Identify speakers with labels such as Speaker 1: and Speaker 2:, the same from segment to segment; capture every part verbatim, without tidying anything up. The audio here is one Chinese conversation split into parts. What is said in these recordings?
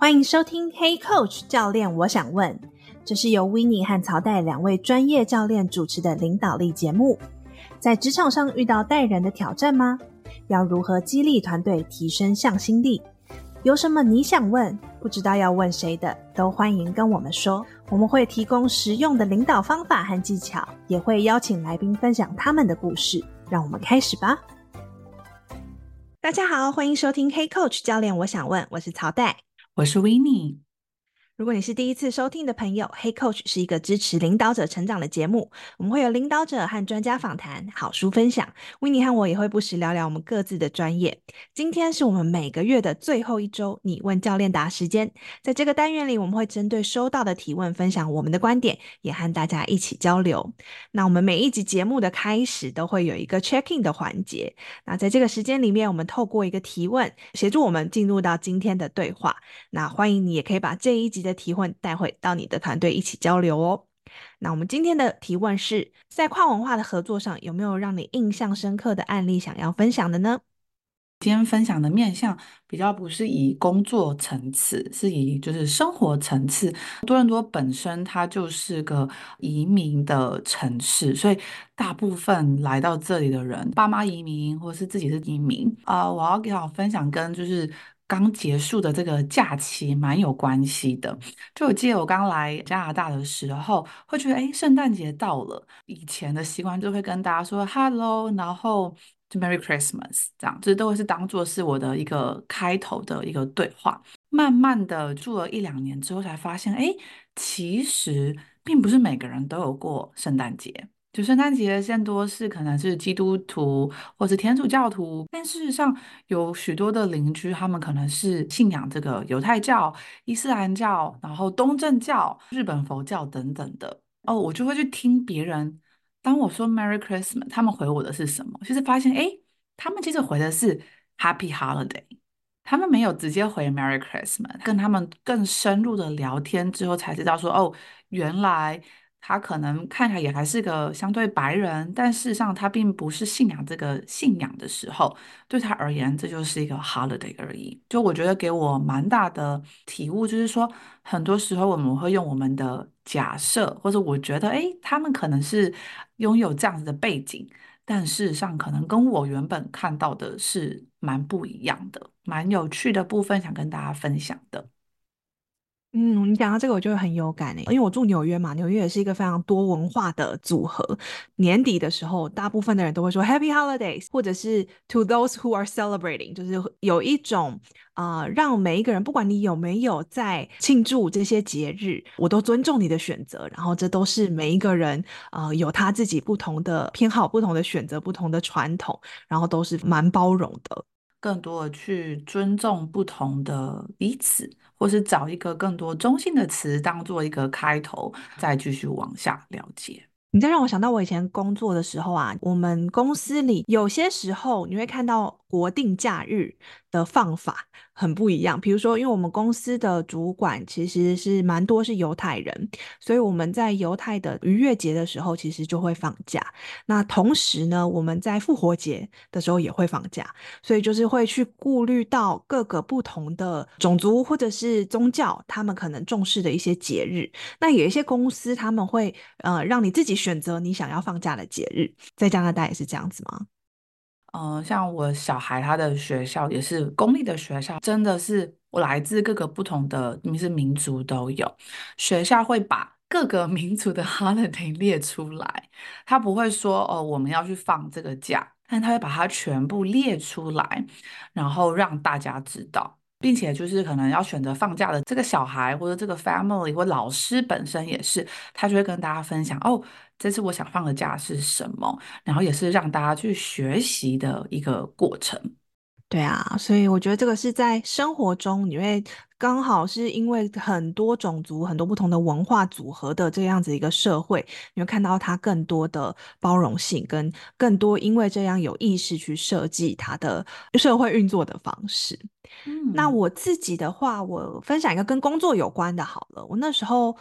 Speaker 1: 欢迎收听 Hey Coach 教练我想问，这是由 Winnie 和曹代两位专业教练主持的领导力节目。在职场上遇到带人的挑战吗？要如何激励团队提升向心力？有什么你想问不知道要问谁的，都欢迎跟我们说，我们会提供实用的领导方法和技巧，也会邀请来宾分享他们的故事。让我们开始吧。大家好，欢迎收听 Hey Coach 教练我想问，我是曹代，
Speaker 2: 我是 Winnie。
Speaker 1: 如果你是第一次收听的朋友， Hey Coach 是一个支持领导者成长的节目，我们会有领导者和专家访谈，好书分享。Winnie 和我也会不时聊聊我们各自的专业。今天是我们每个月的最后一周你问教练答时间，在这个单元里，我们会针对收到的提问分享我们的观点，也和大家一起交流。那我们每一集节目的开始都会有一个 check in 的环节，那在这个时间里面，我们透过一个提问协助我们进入到今天的对话。那欢迎你也可以把这一集的提问带回到你的团队一起交流哦。那我们今天的提问是，在跨文化的合作上，有没有让你印象深刻的案例想要分享的呢？
Speaker 2: 今天分享的面向比较不是以工作层次，是以就是生活层次。多伦多本身它就是个移民的城市，所以大部分来到这里的人，爸妈移民或是自己是移民啊、呃我要给我分享跟就是刚结束的这个假期蛮有关系的。就我记得我刚来加拿大的时候，会觉得诶圣诞节到了，以前的习惯就会跟大家说 hello，然后就 Merry Christmas 这样，这都会是当做是我的一个开头的一个对话。慢慢的住了一两年之后，才发现，诶，其实并不是每个人都有过圣诞节。就圣诞节现多是可能是基督徒或是天主教徒，但事实上有许多的邻居，他们可能是信仰这个犹太教、伊斯兰教，然后东正教、日本佛教等等的。哦，我就会去听别人，当我说 Merry Christmas，他们回我的是什么？就是发现，诶，他们其实回的是 Happy Holiday。他们没有直接回 Merry Christmas，跟他们更深入的聊天之后才知道说，哦，原来他可能看起来也还是个相对白人，但事实上他并不是信仰这个信仰的时候，对他而言这就是一个 holiday 而已。就我觉得给我蛮大的体悟，就是说很多时候我们会用我们的假设，或者我觉得，诶，他们可能是拥有这样子的背景。但事实上可能跟我原本看到的是蛮不一样的，蛮有趣的部分想跟大家分享的。
Speaker 1: 嗯，你讲到这个我就会很有感诶，因为我住纽约嘛，纽约也是一个非常多文化的组合。年底的时候，大部分的人都会说 Happy Holidays，或者是 To those who are celebrating，就是有一种呃，让每一个人，不管你有没有在庆祝这些节日，我都尊重你的选择。然后这都是每一个人呃有他自己不同的偏好、不同的选择、不同的传统，然后都是蛮包容的。
Speaker 2: 更多的去尊重不同的彼此，或是找一个更多中性的词当做一个开头，再继续往下了解。
Speaker 1: 你再让我想到我以前工作的时候啊，我们公司里有些时候你会看到国定假日的放法很不一样。比如说，因为我们公司的主管其实是蛮多是犹太人，所以我们在犹太的逾越节的时候其实就会放假。那同时呢，我们在复活节的时候也会放假，所以就是会去顾虑到各个不同的种族或者是宗教，他们可能重视的一些节日。那有一些公司他们会呃让你自己选择你想要放假的节日，在加拿大也是这样子吗？
Speaker 2: 嗯、呃像我小孩他的学校也是公立的学校，真的是我来自各个不同的民是民族都有，学校会把各个民族的 holiday 列出来，他不会说哦我们要去放这个假，但他会把它全部列出来，然后让大家知道。并且就是可能要选择放假的这个小孩或者这个 family 或老师本身也是，他就会跟大家分享哦，这次我想放的假是什么。然后也是让大家去学习的一个过程。
Speaker 1: 对啊，所以我觉得这个是在生活中，你会刚好是因为很多种族、很多不同的文化组合的这样子一个社会，你会看到它更多的包容性，跟更多因为这样有意识去设计它的社会运作的方式。那
Speaker 2: 嗯
Speaker 1: 我自己的话，我分享一个跟工作有关的好了。我那时候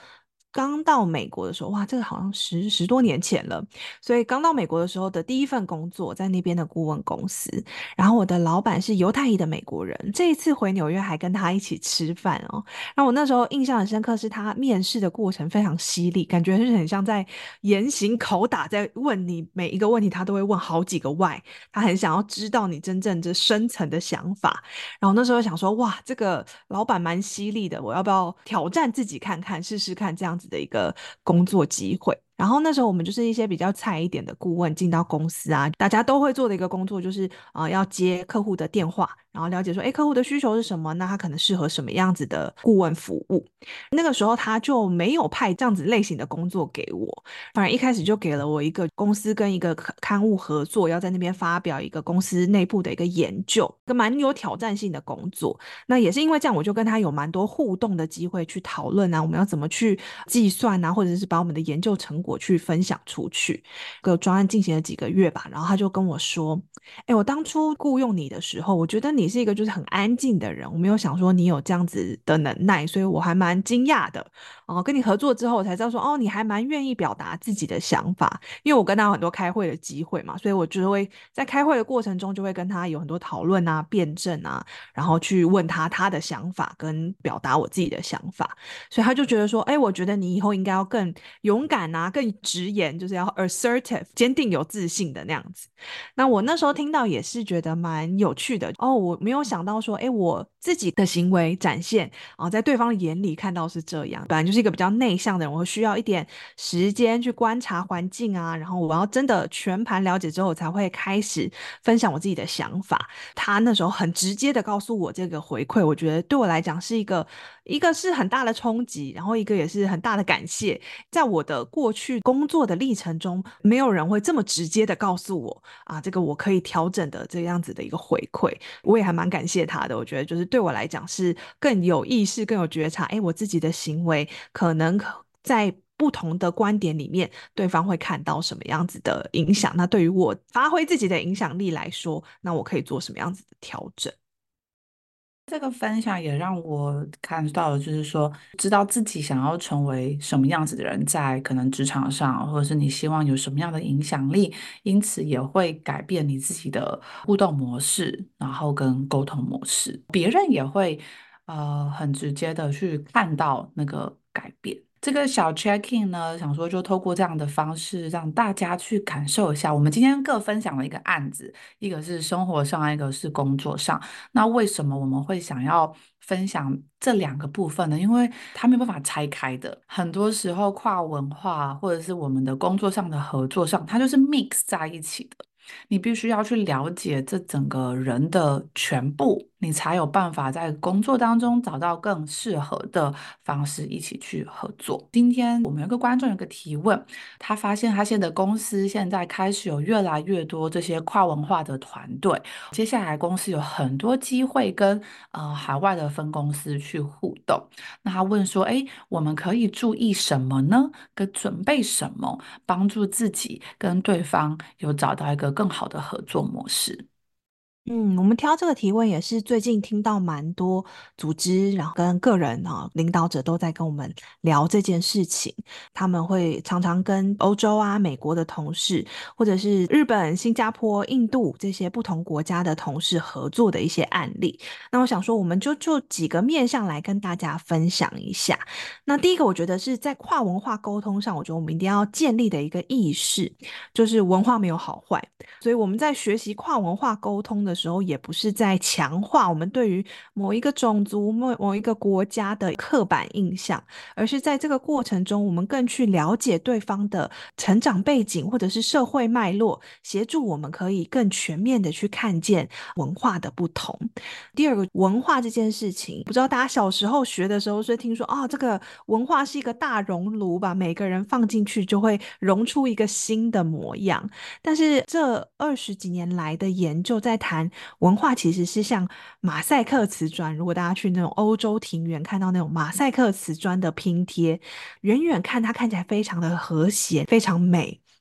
Speaker 1: 刚到美国的时候，哇，这个好像十十多年前了。所以刚到美国的时候的第一份工作，在那边的顾问公司，然后我的老板是犹太裔的美国人。这一次回纽约还跟他一起吃饭哦。然后我那时候印象很深刻，是他面试的过程非常犀利，感觉是很像在严刑拷打，在问你每一个问题，他都会问好几个 why，他很想要知道你真正这深层的想法。然后那时候想说，哇，这个老板蛮犀利的，我要不要挑战自己看看，试试看这样子的一个工作机会？然后那时候我们就是一些比较菜一点的顾问进到公司啊，大家都会做的一个工作就是呃要接客户的电话，然后了解说，哎，客户的需求是什么，那他可能适合什么样子的顾问服务。那个时候他就没有派这样子类型的工作给我，反而一开始就给了我一个公司跟一个刊物合作，要在那边发表一个公司内部的一个研究，一个蛮有挑战性的工作。那也是因为这样，我就跟他有蛮多互动的机会去讨论啊，我们要怎么去计算啊，或者是把我们的研究成果去分享出去。个专案进行了几个月吧，然后他就跟我说：“哎，我当初雇佣你的时候，我觉得你是一个就是很安静的人，我没有想说你有这样子的能耐，所以我还蛮惊讶的。哦，跟你合作之后，我才知道说，哦，你还蛮愿意表达自己的想法。因为我跟他有很多开会的机会嘛，所以我就会在开会的过程中就会跟他有很多讨论啊、辩证啊，然后去问他他的想法跟表达我自己的想法。所以他就觉得说，哎，我觉得你以后应该要更勇敢啊，更直言，就是要 assertive，坚定有自信的那样子。那我那时候听到也是觉得蛮有趣的哦，我没有想到说，哎，我自己的行为展现啊，在对方的眼里看到是这样，本来就是一个比较内向的人，我需要一点时间去观察环境啊，然后我要真的全盘了解之后，才会开始分享我自己的想法。他那时候很直接的告诉我这个回馈，我觉得对我来讲是一个一个是很大的冲击，然后一个也是很大的感谢。在我的过去工作的历程中，没有人会这么直接的告诉我啊，这个我可以调整的这样子的一个回馈，我也还蛮感谢他的。我觉得就是对我来讲是更有意识、更有觉察，哎，我自己的行为可能在不同的观点里面，对方会看到什么样子的影响。那对于我发挥自己的影响力来说，那我可以做什么样子的调整？
Speaker 2: 这个分享也让我看到了，就是说，知道自己想要成为什么样子的人，在可能职场上，或者是你希望有什么样的影响力，因此也会改变你自己的互动模式，然后跟沟通模式，别人也会呃很直接的去看到那个改变。这个小 check-in 呢，想说就透过这样的方式，让大家去感受一下。我们今天各分享了一个案子，一个是生活上，一个是工作上。那为什么我们会想要分享这两个部分呢？因为它没有办法拆开的。很多时候，跨文化或者是我们的工作上的合作上，它就是 mix 在一起的。你必须要去了解这整个人的全部，你才有办法在工作当中找到更适合的方式一起去合作。今天我们有个观众有个提问，他发现他现在的公司现在开始有越来越多这些跨文化的团队，接下来公司有很多机会跟呃海外的分公司去互动。那他问说，哎，我们可以注意什么呢？跟准备什么，帮助自己跟对方有找到一个更好的合作模式？
Speaker 1: 嗯，我们挑这个提问也是最近听到蛮多组织，然后跟个人啊、领导者都在跟我们聊这件事情。他们会常常跟欧洲啊、美国的同事，或者是日本、新加坡、印度这些不同国家的同事合作的一些案例。那我想说，我们就就几个面向来跟大家分享一下。那第一个，我觉得是在跨文化沟通上，我觉得我们一定要建立的一个意识，就是文化没有好坏。所以我们在学习跨文化沟通的时候，也不是在强化我们对于某一个种族、某某一个国家的刻板印象，而是在这个过程中，我们更去了解对方的成长背景或者是社会脉络，协助我们可以更全面的去看见文化的不同。第二个，文化这件事情，不知道大家小时候学的时候是听说啊、哦，这个文化是一个大熔炉，把每个人放进去就会融出一个新的模样。但是这二十几年来的研究在谈文化，其实是像马赛克瓷砖。如果大家去那种欧洲庭园看到那种马赛克瓷砖的拼贴，远远看它看起来非常的和谐，非常美。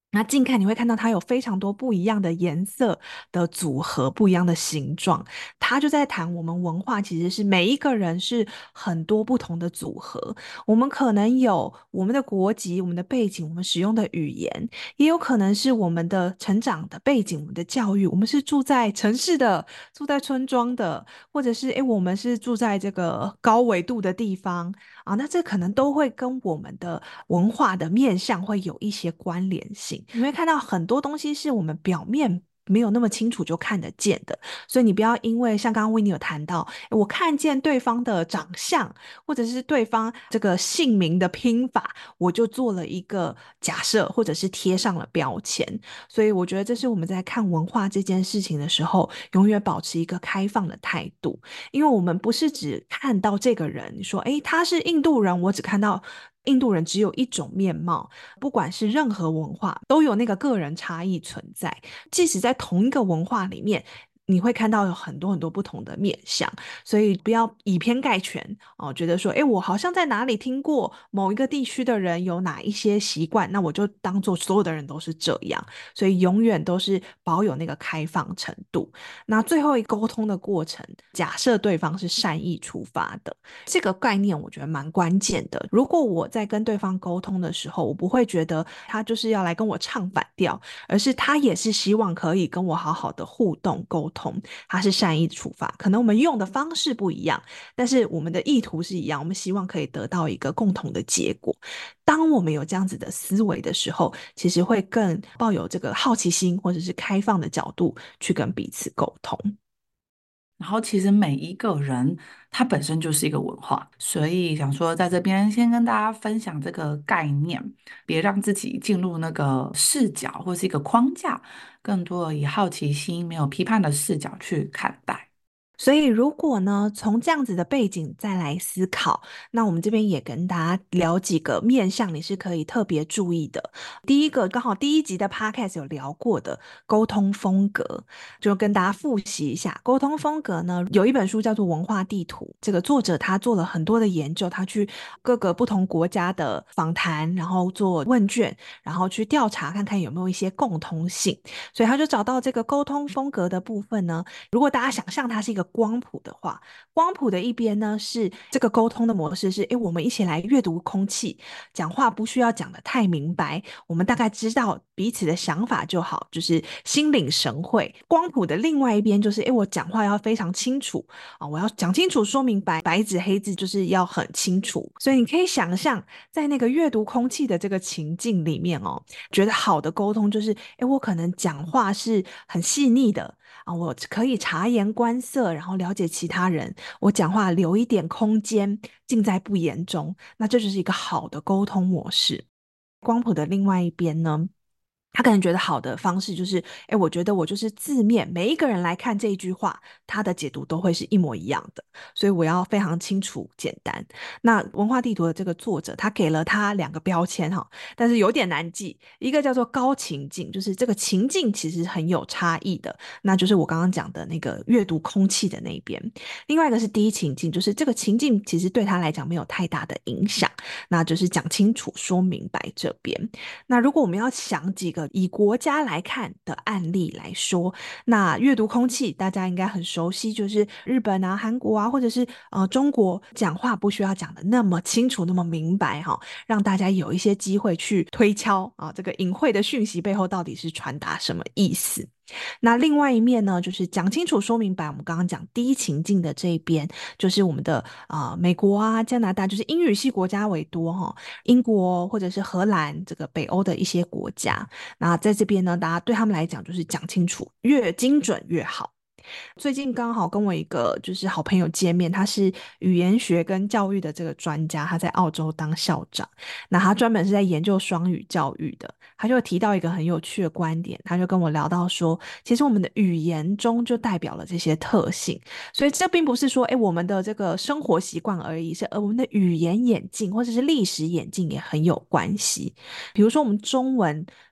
Speaker 1: 那近看你会看到它有非常多不一样的颜色的组合，不一样的形状。它就在谈我们文化其实是每一个人是很多不同的组合。我们可能有我们的国籍、我们的背景、我们使用的语言，也有可能是我们的成长的背景、我们的教育。我们是住在城市的，住在村庄的，或者是诶我们是住在这个高纬度的地方。啊，那这可能都会跟我们的文化的面向会有一些关联性。你会看到很多东西是我们表面没有那么清楚就看得见的，所以你不要因为像刚刚 w i n n 有谈到，我看见对方的长相，或者是对方这个姓名的拼法，我就做了一个假设，或者是贴上了标签。所以我觉得这是我们在看文化这件事情的时候，永远保持一个开放的态度。因为我们不是只看到这个人，你说，诶，他是印度人，我只看到印度人只有一种面貌，不管是任何文化，都有那个个人差异存在。即使在同一个文化里面，你会看到有很多很多不同的面相，所以不要以偏概全哦，觉得说，诶，我好像在哪里听过某一个地区的人有哪一些习惯，那我就当做所有的人都是这样，所以永远都是保有那个开放程度。那最后一沟通的过程，假设对方是善意出发的，这个概念我觉得蛮关键的。如果我在跟对方沟通的时候，我不会觉得他就是要来跟我唱反调，而是他也是希望可以跟我好好的互动沟通，他是善意出发。可能我们用的方式不一样，但是我们的意图是一样，我们希望可以得到一个共同的结果。当我们有这样子的思维的时候，其实会更抱有这个好奇心或者是开放的角度去跟彼此沟通。
Speaker 2: 然后其实每一个人他本身就是一个文化，所以想说在这边先跟大家分享这个概念，别让自己进入那个视角或是一个框架，更多的以好奇心、没有批判的视角去看待。
Speaker 1: 所以，如果呢，从这样子的背景再来思考，那我们这边也跟大家聊几个面向，你是可以特别注意的。第一个，刚好第一集的 podcast 有聊过的沟通风格，就跟大家复习一下。沟通风格呢，有一本书叫做《文化地图》，这个作者他做了很多的研究，他去各个不同国家的访谈，然后做问卷，然后去调查看看有没有一些共通性，所以他就找到这个沟通风格的部分呢。如果大家想象它是一个光谱的话，光谱的一边呢是这个沟通的模式是，诶，我们一起来阅读空气，讲话不需要讲得太明白，我们大概知道彼此的想法就好，就是心领神会。光谱的另外一边就是，诶，我讲话要非常清楚啊，我要讲清楚说明白，白纸黑字就是要很清楚。所以你可以想象，在那个阅读空气的这个情境里面哦，觉得好的沟通就是，诶，我可能讲话是很细腻的。啊，我可以察言观色，然后了解其他人。我讲话留一点空间，尽在不言中。那这就是一个好的沟通模式。光谱的另外一边呢，他可能觉得好的方式就是，哎，我觉得我就是字面，每一个人来看这一句话，他的解读都会是一模一样的，所以我要非常清楚简单。那文化地图的这个作者，他给了他两个标签哈，但是有点难记，一个叫做高情境，就是这个情境其实很有差异的，那就是我刚刚讲的那个阅读空气的那一边。另外一个是低情境，就是这个情境其实对他来讲没有太大的影响，那就是讲清楚、说明白这边。那如果我们要想几个以国家来看的案例来说，那阅读空气大家应该很熟悉，就是日本啊、韩国啊，或者是呃中国讲话不需要讲的那么清楚、那么明白哈，让大家有一些机会去推敲啊，这个隐晦的讯息背后到底是传达什么意思。那另外一面呢，就是讲清楚、说明白。我们刚刚讲低情境的这一边，就是我们的啊、呃美国啊、加拿大，就是英语系国家为多哈、哦，英国或者是荷兰这个北欧的一些国家。那在这边呢，大家对他们来讲就是讲清楚，越精准越好。最近刚好跟我一个就是好朋友见面，他是语言学跟教育的这个专家，他在澳洲当校长，那他专门是在研究双语教育的。他就提到一个很有趣的观点，他就跟我聊到说，其实我们的语言中就代表了这些特性，所以这并不是说，哎，我们的这个生活习惯而已，是呃我们的语言演进或者是历史演进也很有关系。比如说我们中文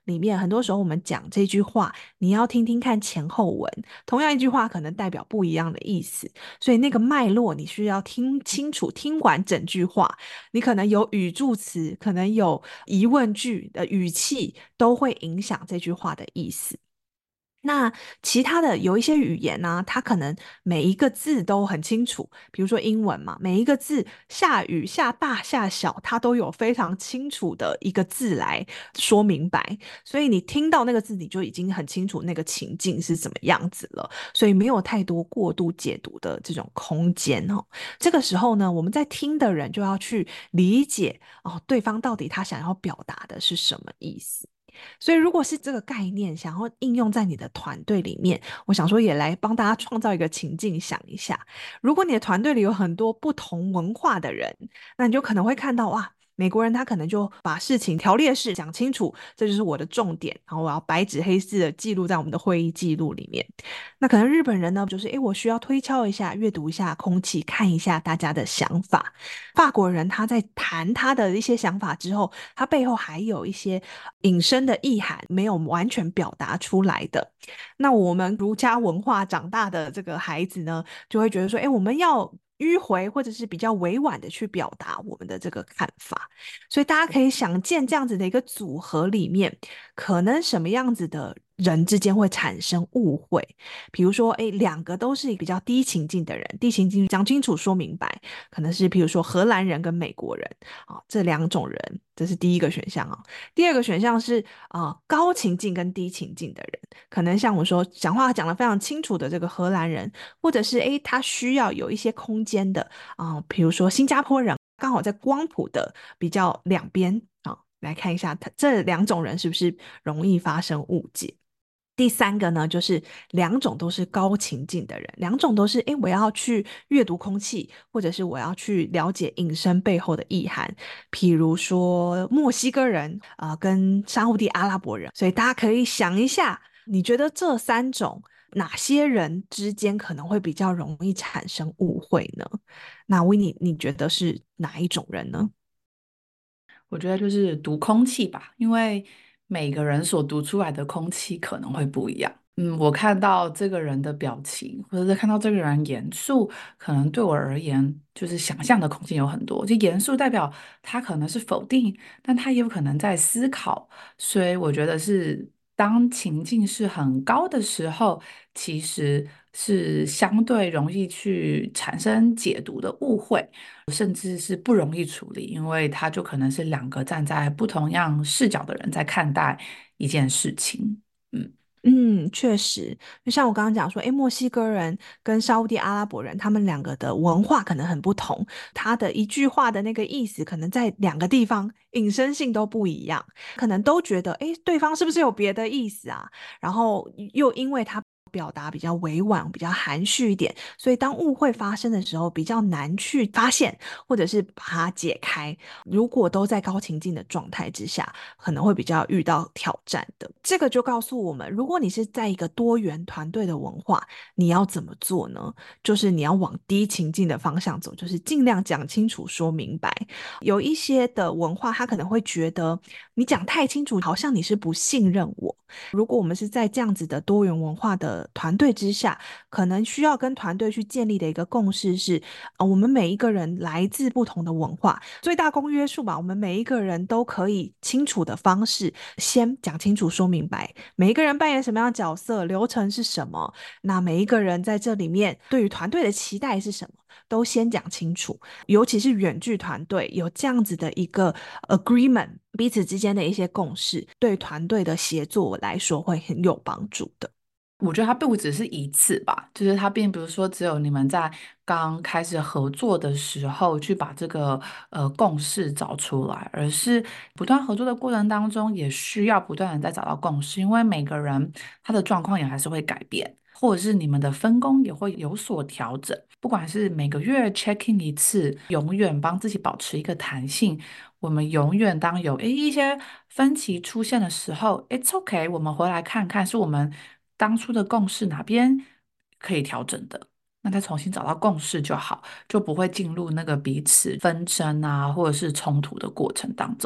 Speaker 1: 里面，很多时候我们讲这句话，你要听听看前后文，同样一句话可能代表不一样的意思，所以那个脉络你需要听清楚，听完整句话，你可能有语助词，可能有疑问句的语气，都会影响这句话的意思。那其他的有一些语言呢、它可能每一个字都很清楚，比如说英文嘛，每一个字下雨、下大、下小，它都有非常清楚的一个字来说明白，所以你听到那个字，你就已经很清楚那个情境是怎么样子了，所以没有太多过度解读的这种空间哦。这个时候呢，我们在听的人就要去理解哦，对方到底他想要表达的是什么意思。所以，如果是这个概念想要应用在你的团队里面，我想说也来帮大家创造一个情境，想一下，如果你的团队里有很多不同文化的人，那你就可能会看到哇。美国人他可能就把事情条列式讲清楚，这就是我的重点，然后我要白纸黑字的记录在我们的会议记录里面。那可能日本人呢，就是诶，我需要推敲一下，阅读一下空气，看一下大家的想法。法国人他在谈他的一些想法之后，他背后还有一些隐身的意涵没有完全表达出来的。那我们儒家文化长大的这个孩子呢，就会觉得说，哎，我们要迂回或者是比较委婉的去表达我们的这个看法。所以大家可以想见，这样子的一个组合里面，可能什么样子的人之间会产生误会。比如说，哎，两个都是比较低情境的人，低情境讲清楚说明白，可能是比如说荷兰人跟美国人啊、哦这两种人，这是第一个选项啊、哦。第二个选项是啊、呃高情境跟低情境的人，可能像我说讲话讲得非常清楚的这个荷兰人，或者是诶他需要有一些空间的啊、呃比如说新加坡人，刚好在光谱的比较两边啊、哦来看一下他这两种人是不是容易发生误解。第三个呢，就是两种都是高情境的人，两种都是诶，我要去阅读空气，或者是我要去了解隐身背后的意涵。譬如说墨西哥人啊、呃跟沙烏地阿拉伯人，所以大家可以想一下，你觉得这三种哪些人之间可能会比较容易产生误会呢？那维尼，你觉得是哪一种人呢？
Speaker 2: 我觉得就是读空气吧，因为每个人所读出来的空气可能会不一样。嗯，我看到这个人的表情，或者是看到这个人严肃，可能对我而言就是想象的空间有很多。就严肃代表他可能是否定，但他也有可能在思考。所以我觉得是当情境是很高的时候，其实是相对容易去产生解读的误会。甚至是不容易处理，因为他就可能是两个站在不同样视角的人在看待一件事情。嗯。
Speaker 1: 嗯，确实，就像我刚刚讲说，诶，墨西哥人跟沙烏地阿拉伯人，他们两个的文化可能很不同，他的一句话的那个意思，可能在两个地方引申性都不一样，可能都觉得，诶，对方是不是有别的意思啊？然后又因为他表达比较委婉、比较含蓄一点，所以当误会发生的时候，比较难去发现，或者是把它解开。如果都在高情境的状态之下，可能会比较遇到挑战的。这个就告诉我们，如果你是在一个多元团队的文化，你要怎么做呢？就是你要往低情境的方向走，就是尽量讲清楚、说明白。有一些的文化，他可能会觉得你讲太清楚，好像你是不信任我。如果我们是在这样子的多元文化的团队之下，可能需要跟团队去建立的一个共识是，呃，我们每一个人来自不同的文化，最大公约数吧，我们每一个人都可以清楚的方式，先讲清楚、说明白，每一个人扮演什么样的角色，流程是什么，那每一个人在这里面对于团队的期待是什么，都先讲清楚。尤其是远距团队有这样子的一个 agreement，彼此之间的一些共识，对团队的协作来说会很有帮助的。
Speaker 2: 我觉得它不只是一次吧，就是它并不是说只有你们在刚开始合作的时候去把这个呃共识找出来，而是不断合作的过程当中，也需要不断的在找到共识，因为每个人他的状况也还是会改变，或者是你们的分工也会有所调整，不管是每个月 check in 一次，永远帮自己保持一个弹性。我们永远当有诶一些分歧出现的时候，it's okay，我们回来看看是我们当初的共识哪边可以调整的，那再重新找到共识就好，就不会进入那个彼此纷争啊或者是冲突的过程当中。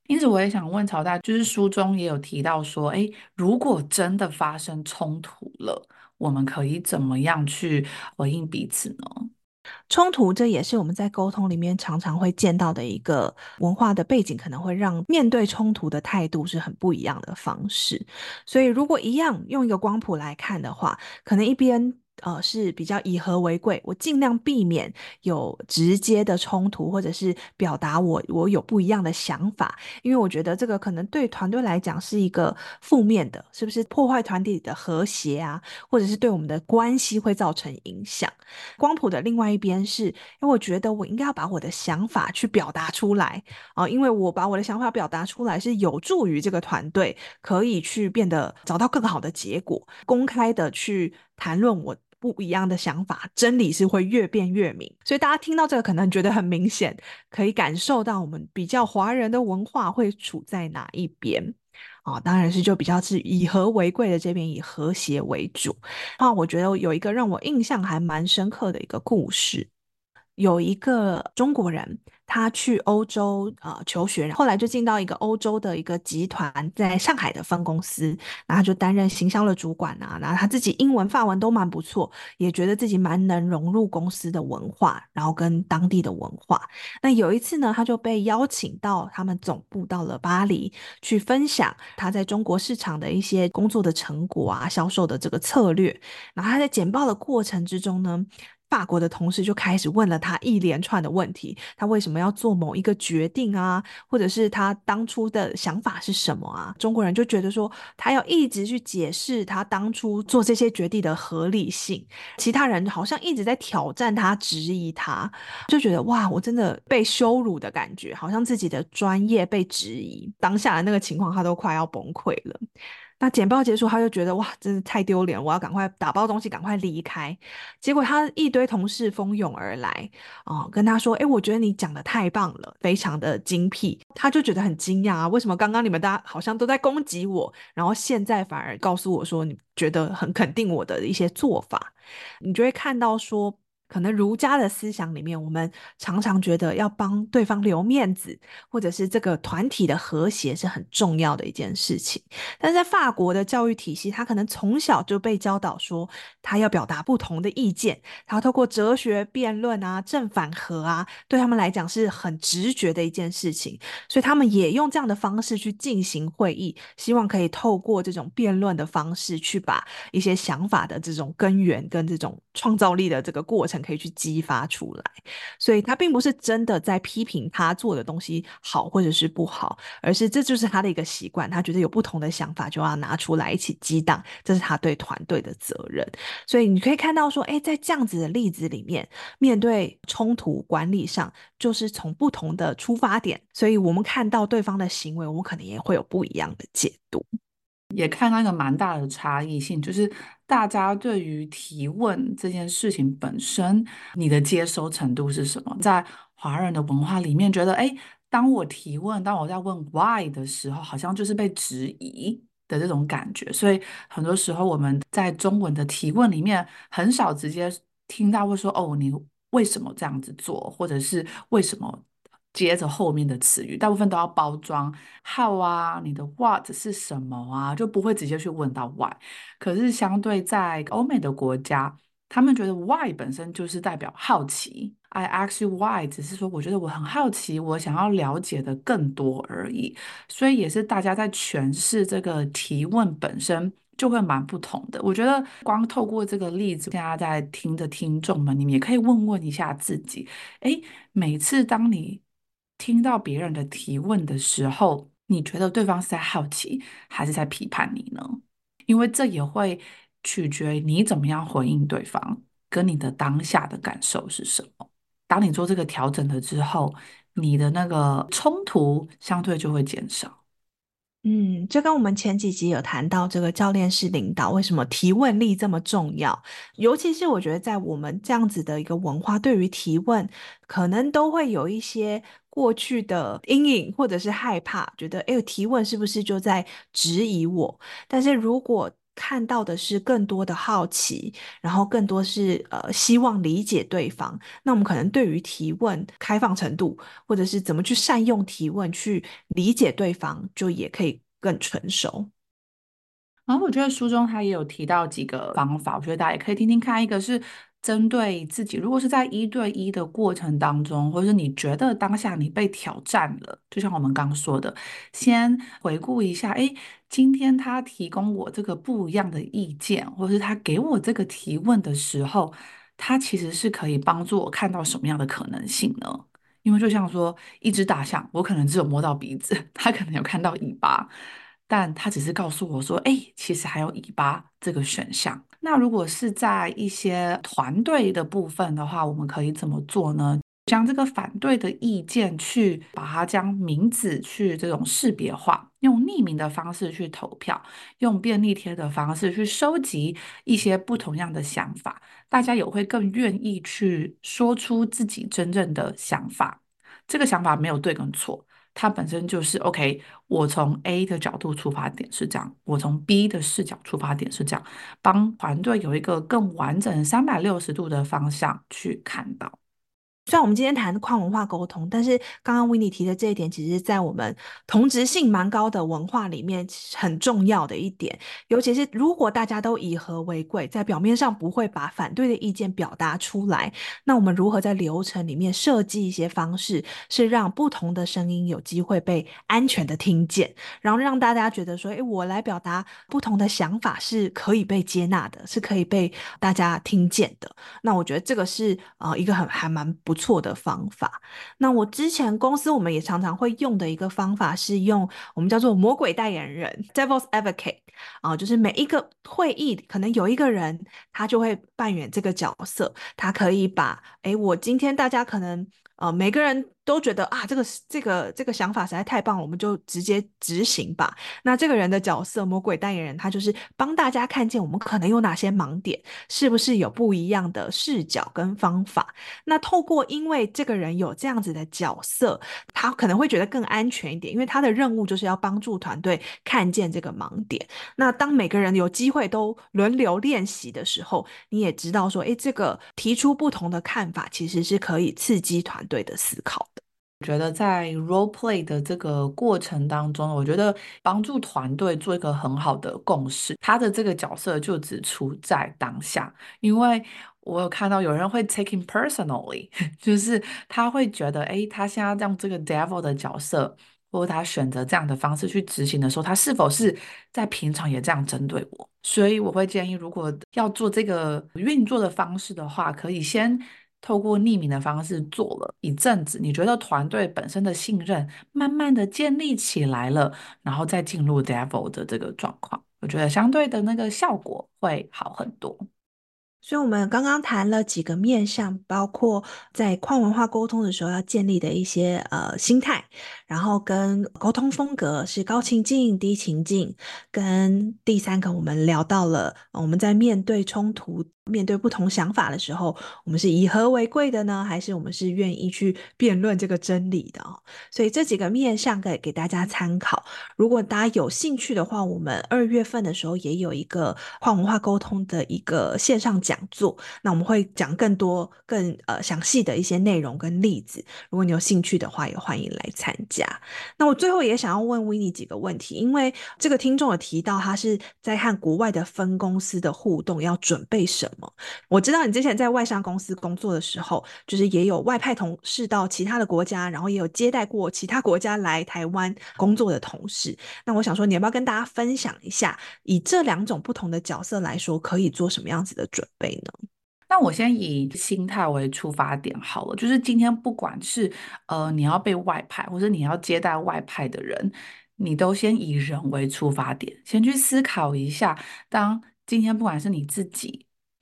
Speaker 2: 因此，我也想问曹大，就是书中也有提到说，诶，如果真的发生冲突了，我们可以怎么样去回应彼此呢？
Speaker 1: 冲突，这也是我们在沟通里面常常会见到的一个文化的背景，可能会让面对冲突的态度是很不一样的方式。所以，如果一样用一个光谱来看的话，可能一边呃是比较以和为贵，我尽量避免有直接的冲突，或者是表达我我有不一样的想法，因为我觉得这个可能对团队来讲是一个负面的，是不是破坏团体的和谐啊，或者是对我们的关系会造成影响。光谱的另外一边是，因为我觉得我应该要把我的想法去表达出来啊、呃因为我把我的想法表达出来是有助于这个团队可以去变得找到更好的结果，公开的去谈论我不一样的想法，真理是会越辩越明。所以大家听到这个可能觉得很明显，可以感受到我们比较华人的文化会处在哪一边。哦，当然是就比较是以和为贵的这边以和谐为主。啊，我觉得有一个让我印象还蛮深刻的一个故事，有一个中国人，他去欧洲呃求学，后来就进到一个欧洲的一个集团，在上海的分公司，然后他就担任行销的主管啊，然后他自己英文、法文都蛮不错，也觉得自己蛮能融入公司的文化，然后跟当地的文化。那有一次呢，他就被邀请到他们总部到了巴黎，去分享他在中国市场的一些工作的成果啊，销售的这个策略。然后他在简报的过程之中呢，法国的同事就开始问了他一连串的问题，他为什么要做某一个决定啊，或者是他当初的想法是什么啊？中国人就觉得说，他要一直去解释他当初做这些决定的合理性，其他人好像一直在挑战他、质疑他，就觉得哇，我真的被羞辱的感觉，好像自己的专业被质疑，当下的那个情况他都快要崩溃了。那简报结束，他就觉得哇，真是太丢脸了，我要赶快打包东西，赶快离开。结果他一堆同事蜂拥而来，哦，跟他说：“哎，我觉得你讲的太棒了，非常的精辟。”他就觉得很惊讶啊，为什么刚刚你们大家好像都在攻击我，然后现在反而告诉我说你觉得很肯定我的一些做法？你就会看到说。可能儒家的思想里面，我们常常觉得要帮对方留面子，或者是这个团体的和谐是很重要的一件事情。但是在法国的教育体系，他可能从小就被教导说，他要表达不同的意见，他要透过哲学辩论啊、正反合啊，对他们来讲是很直觉的一件事情，所以他们也用这样的方式去进行会议，希望可以透过这种辩论的方式去把一些想法的这种根源跟这种创造力的这个过程可以去激发出来。所以他并不是真的在批评他做的东西好或者是不好，而是这就是他的一个习惯，他觉得有不同的想法就要拿出来一起激荡，这是他对团队的责任。所以你可以看到说，哎，在这样子的例子里面，面对冲突管理上，就是从不同的出发点，所以我们看到对方的行为，我们可能也会有不一样的解读。
Speaker 2: 也看到一个蛮大的差异性，就是大家对于提问这件事情本身，你的接收程度是什么？在华人的文化里面，觉得哎，诶当我提问，当我在问 why 的时候，好像就是被质疑的这种感觉。所以很多时候我们在中文的提问里面，很少直接听到会说哦，你为什么这样子做，或者是为什么接着后面的词语，大部分都要包装 how 啊，你的 what 是什么啊，就不会直接去问到 why。可是相对在欧美的国家，他们觉得 why 本身就是代表好奇。I ask you why，只是说我觉得我很好奇，我想要了解的更多而已。所以也是大家在诠释这个提问本身就会蛮不同的。我觉得光透过这个例子，大家在听的听众们，你们也可以问问一下自己：诶，每次当你听到别人的提问的时候，你觉得对方是在好奇还是在批判你呢？因为这也会取决于你怎么样回应对方，跟你的当下的感受是什么。当你做这个调整了之后，你的那个冲突相对就会减少。
Speaker 1: 嗯，就跟我们前几集有谈到这个教练式领导，为什么提问力这么重要？尤其是我觉得在我们这样子的一个文化，对于提问可能都会有一些过去的阴影或者是害怕，觉得哎，提问是不是就在质疑我？但是如果看到的是更多的好奇，然后更多是呃希望理解对方。那我们可能对于提问开放程度，或者是怎么去善用提问去理解对方，就也可以更成熟。
Speaker 2: 然后我觉得书中他也有提到几个方法，我觉得大家也可以听听看。一个是针对自己，如果是在一对一的过程当中，或是你觉得当下你被挑战了，就像我们刚刚说的，先回顾一下，诶，今天他提供我这个不一样的意见，或是他给我这个提问的时候，他其实是可以帮助我看到什么样的可能性呢？因为就像说，一只大象，我可能只有摸到鼻子，它可能有看到尾巴，但它只是告诉我说，哎，其实还有尾巴这个选项。那如果是在一些团队的部分的话，我们可以怎么做呢？将这个反对的意见去把它将名字去这种识别化，用匿名的方式去投票，用便利贴的方式去收集一些不同样的想法，大家也会更愿意去说出自己真正的想法。这个想法没有对跟错，它本身就是 OK。我从 A 的角度出发点是这样，我从 B 的视角出发点是这样，帮团队有一个更完整三百六十度的方向去看到。
Speaker 1: 虽然我们今天谈跨文化沟通，但是刚刚 w i n n 提的这一点，其实在我们同质性蛮高的文化里面很重要的一点。尤其是如果大家都以和为贵，在表面上不会把反对的意见表达出来，那我们如何在流程里面设计一些方式，是让不同的声音有机会被安全的听见，然后让大家觉得说，诶，我来表达不同的想法是可以被接纳的，是可以被大家听见的。那我觉得这个是呃一个很还蛮不错的方法。那我之前公司我们也常常会用的一个方法是用我们叫做魔鬼代言人 （Devil's Advocate） 啊、呃就是每一个会议可能有一个人他就会扮演这个角色，他可以把诶我今天大家可能呃每个人都觉得啊这个这个这个想法实在太棒了，我们就直接执行吧。那这个人的角色魔鬼代言人，他就是帮大家看见我们可能有哪些盲点。是不是有不一样的视角跟方法？那透过因为这个人有这样子的角色，他可能会觉得更安全一点，因为他的任务就是要帮助团队看见这个盲点。那当每个人有机会都轮流练习的时候，你也知道说，诶，这个提出不同的看法，其实是可以刺激团队的思考的。
Speaker 2: 我觉得在 role play 的这个过程当中，我觉得帮助团队做一个很好的共识。他的这个角色就只处在当下，因为我有看到有人会 take it personally，就是他会觉得，诶，他现在让这个 devil 的角色，或者他选择这样的方式去执行的时候，他是否是在平常也这样针对我？所以我会建议，如果要做这个运作的方式的话，可以先透过匿名的方式做了一阵子，你觉得团队本身的信任慢慢的建立起来了，然后再进入 devil 的这个状况，我觉得相对的那个效果会好很多。
Speaker 1: 所以，我们刚刚谈了几个面向，包括在跨文化沟通的时候要建立的一些呃心态，然后跟沟通风格是高情境、低情境，跟第三个我们聊到了呃我们在面对冲突、面对不同想法的时候，我们是以和为贵的呢，还是我们是愿意去辩论这个真理的哦？所以这几个面向给给大家参考。如果大家有兴趣的话，我们二月份的时候也有一个跨文化沟通的一个线上讲座，那我们会讲更多、更呃详细的一些内容跟例子。如果你有兴趣的话，也欢迎来参加。那我最后也想要问 w i n n 几个问题，因为这个听众有提到他是在和国外的分公司的互动要准备什么。我知道你之前在外商公司工作的时候，就是也有外派同事到其他的国家，然后也有接待过其他国家来台湾工作的同事。那我想说，你要不要跟大家分享一下，以这两种不同的角色来说，可以做什么样子的准备呢？
Speaker 2: 那我先以心态为出发点好了，就是今天不管是呃你要被外派，或者你要接待外派的人，你都先以人为出发点，先去思考一下，当今天不管是你自己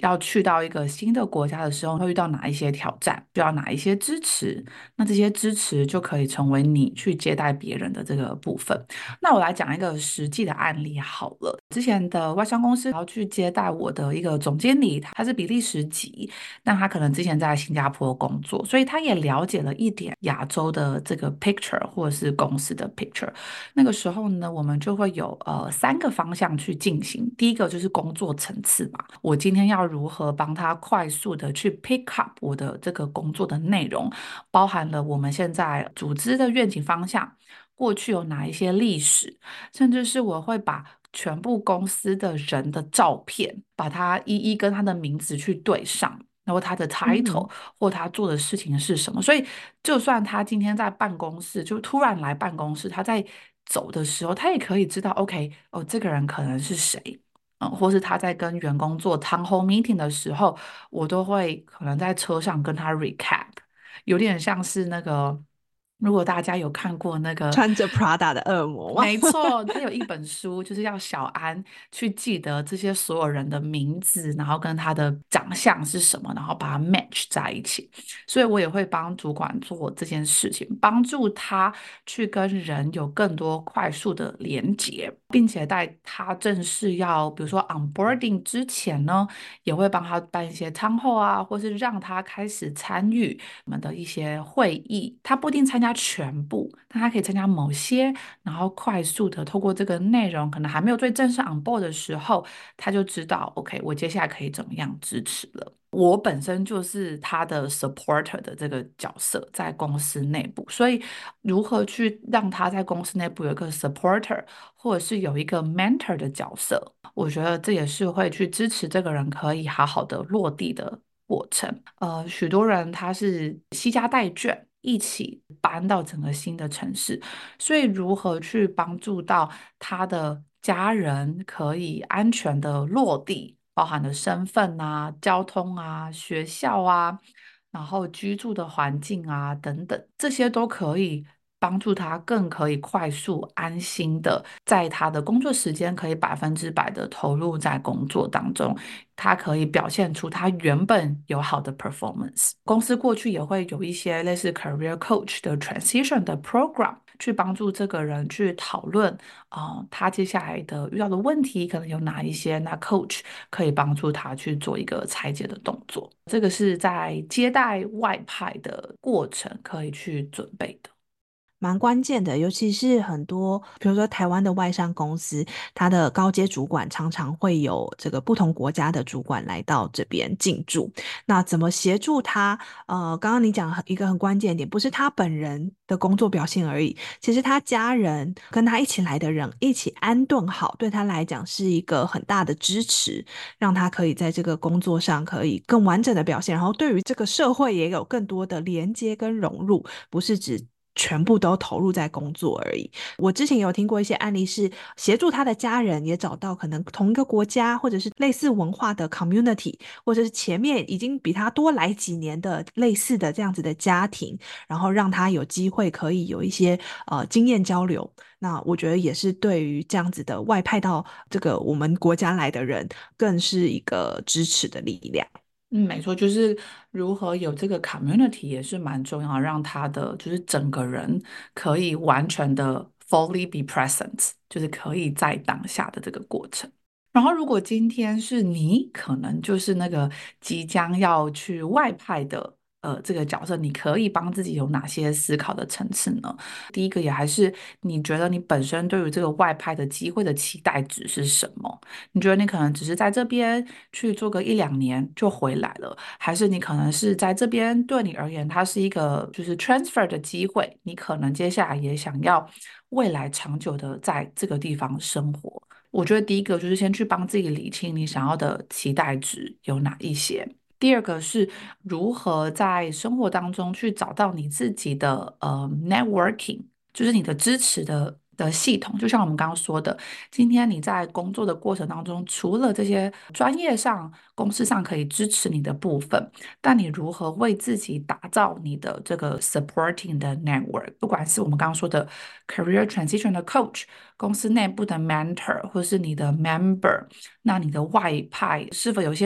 Speaker 2: 要去到一个新的国家的时候，会遇到哪一些挑战，需要哪一些支持，那这些支持就可以成为你去接待别人的这个部分。那我来讲一个实际的案例好了。之前的外商公司要去接待我的一个总经理，他是比利时籍，但他可能之前在新加坡工作，所以他也了解了一点亚洲的这个 picture 或者是公司的 picture。那个时候呢，我们就会有呃三个方向去进行。第一个就是工作层次嘛，我今天要如何帮他快速的去 pick up 我的这个工作的内容，包含了我们现在组织的愿景方向。过去有哪一些历史，甚至是我会把全部公司的人的照片，把它一一跟他的名字去对上，然后他的 title
Speaker 1: 嗯，
Speaker 2: 或他做的事情是什么。所以，就算他今天在办公室，就突然来办公室，他在走的时候，他也可以知道，OK，哦，这个人可能是谁。嗯，或是他在跟员工做 town hall meeting 的时候，我都会可能在车上跟他 recap，有点像是那个，如果大家有看过那个。
Speaker 1: 穿着 Prada 的恶魔吗？
Speaker 2: 没错，他有一本书，就是要小安去记得这些所有人的名字，然后跟他的长相是什么，然后把它 match 在一起。所以我也会帮主管做这件事情，帮助他去跟人有更多快速的连接，并且在他正式要，比如说 onboarding 之前呢，也会帮他办一些餐后啊，或是让他开始参与我们的一些会议。他不一定参加全部，但他可以参加某些。然后快速的透过这个内容，可能还没有最正式 on board 的时候，他就知道 OK，我接下来可以怎么样支持了。我本身就是他的 supporter 的这个角色，在公司内部，所以如何去让他在公司内部有一个 supporter，或者是有一个 mentor 的角色，我觉得这也是会去支持这个人可以好好的落地的过程。呃，许多人他是惜家带眷，一起搬到整个新的城市，所以如何去帮助到他的家人可以安全的落地，包含了身份啊、交通啊、学校啊，然后居住的环境啊等等，这些都可以帮助他更可以快速安心的在他的工作时间可以百分之百的投入在工作当中，他可以表现出他原本有好的 performance。公司过去也会有一些类似 career coach 的 transition 的 program，去帮助这个人去讨论啊、呃他接下来的遇到的问题可能有哪一些，那 coach 可以帮助他去做一个拆解的动作。这个是在接待外派的过程可以去准备的。
Speaker 1: 蛮关键的，尤其是很多，比如说台湾的外商公司，它的高阶主管常常会有这个不同国家的主管来到这边进驻。那怎么协助他？呃，刚刚你讲一个很关键点，不是他本人的工作表现而已，其实他家人跟他一起来的人一起安顿好，对他来讲是一个很大的支持，让他可以在这个工作上可以更完整的表现，然后对于这个社会也有更多的连接跟融入，不是只全部都投入在工作而已。我之前有听过一些案例是协助他的家人也找到可能同一个国家或者是类似文化的 community，或者是前面已经比他多来几年的类似的这样子的家庭，然后让他有机会可以有一些呃经验交流。那我觉得也是对于这样子的外派到这个我们国家来的人，更是一个支持的力量。
Speaker 2: 嗯，没错，就是如何有这个 community 也是蛮重要，让他的就是整个人可以完全的 fully be present，就是可以在当下的这个过程。然后，如果今天是你，可能就是那个即将要去外派的呃这个角色，你可以帮自己有哪些思考的层次呢？第一个也还是你觉得你本身对于这个外派的机会的期待值是什么？你觉得你可能只是在这边去做个一两年就回来了，还是你可能是在这边对你而言，它是一个就是 transfer 的机会，你可能接下来也想要未来长久的在这个地方生活。我觉得第一个就是先去帮自己理清你想要的期待值有哪一些。第二个是如何在生活当中去找到你自己的呃 networking，就是你的支持的的系统。就像我们刚刚说的，今天你在工作的过程当中，除了这些专业上、公司上可以支持你的部分，但你如何为自己打造你的这个 supporting 的 network，不管是我们刚刚说的 career transition 的 coach，公司内部的 mentor，或是你的 member，那你的外派是否有些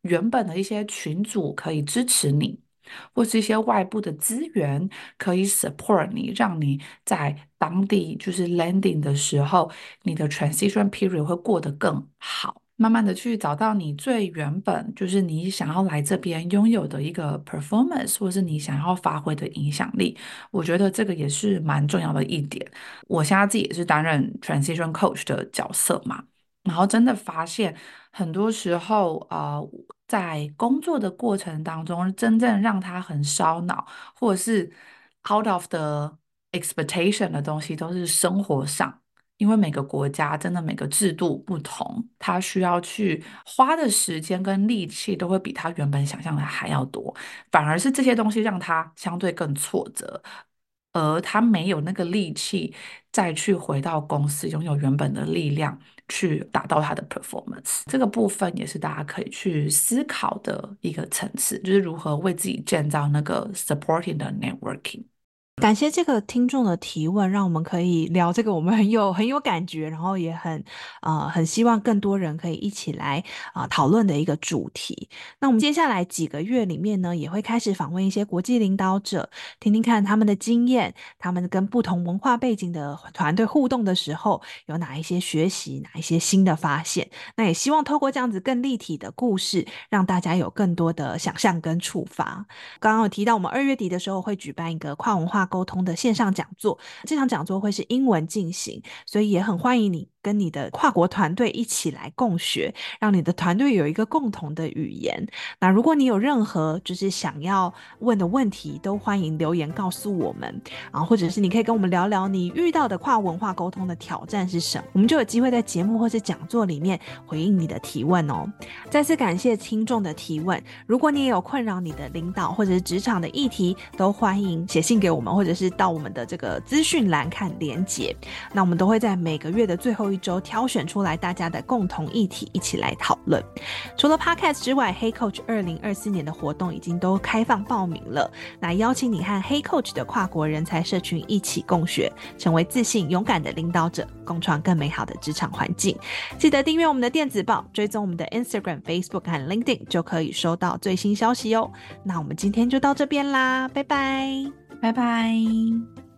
Speaker 2: 原本的一些群组可以支持你，或是一些外部的资源可以 support 你，让你在当地就是 landing 的时候，你的 transition period 会过得更好。慢慢的去找到你最原本就是你想要来这边拥有的一个 performance，或是你想要发挥的影响力，我觉得这个也是蛮重要的一点。我现在自己也是担任 transition coach 的角色嘛，然后真的发现很多时候，呃，在工作的过程当中，真正让他很烧脑，或者是 out of the expectation 的东西，都是生活上。因为每个国家真的每个制度不同，他需要去花的时间跟力气都会比他原本想象的还要多，反而是这些东西让他相对更挫折，而他没有那个力气再去回到公司拥有原本的力量去达到他的 performance。这个部分也是大家可以去思考的一个层次，就是如何为自己建造那个 supporting 的 networking。
Speaker 1: 感谢这个听众的提问，让我们可以聊这个我们很有很有感觉，然后也很呃很希望更多人可以一起来啊、呃、讨论的一个主题。那我们接下来几个月里面呢，也会开始访问一些国际领导者，听听看他们的经验，他们跟不同文化背景的团队互动的时候，有哪一些学习，哪一些新的发现。那也希望透过这样子更立体的故事，让大家有更多的想象跟触发。刚刚有提到，我们二月底的时候会举办一个跨文化沟通的线上讲座，这场讲座会是英文进行，所以也很欢迎你跟你的跨国团队一起来共学，让你的团队有一个共同的语言。那如果你有任何就是想要问的问题，都欢迎留言告诉我们啊，或者是你可以跟我们聊聊你遇到的跨文化沟通的挑战是什么，我们就有机会在节目或是讲座里面回应你的提问哦。再次感谢听众的提问，如果你也有困扰你的领导或者是职场的议题，都欢迎写信给我们，或者是到我们的这个资讯栏看连结。那我们都会在每个月的最后一周挑选出来大家的共同议题，一起来讨论。除了 Podcast 之外， Hey Coach 二零二四年的活动已经都开放报名了，那邀请你和 Hey Coach 的跨国人才社群一起共学，成为自信勇敢的领导者，共创更美好的职场环境。记得订阅我们的电子报，追踪我们的 Instagram、Facebook 和 LinkedIn， 就可以收到最新消息哦。那我们今天就到这边啦，拜拜，
Speaker 2: 拜拜。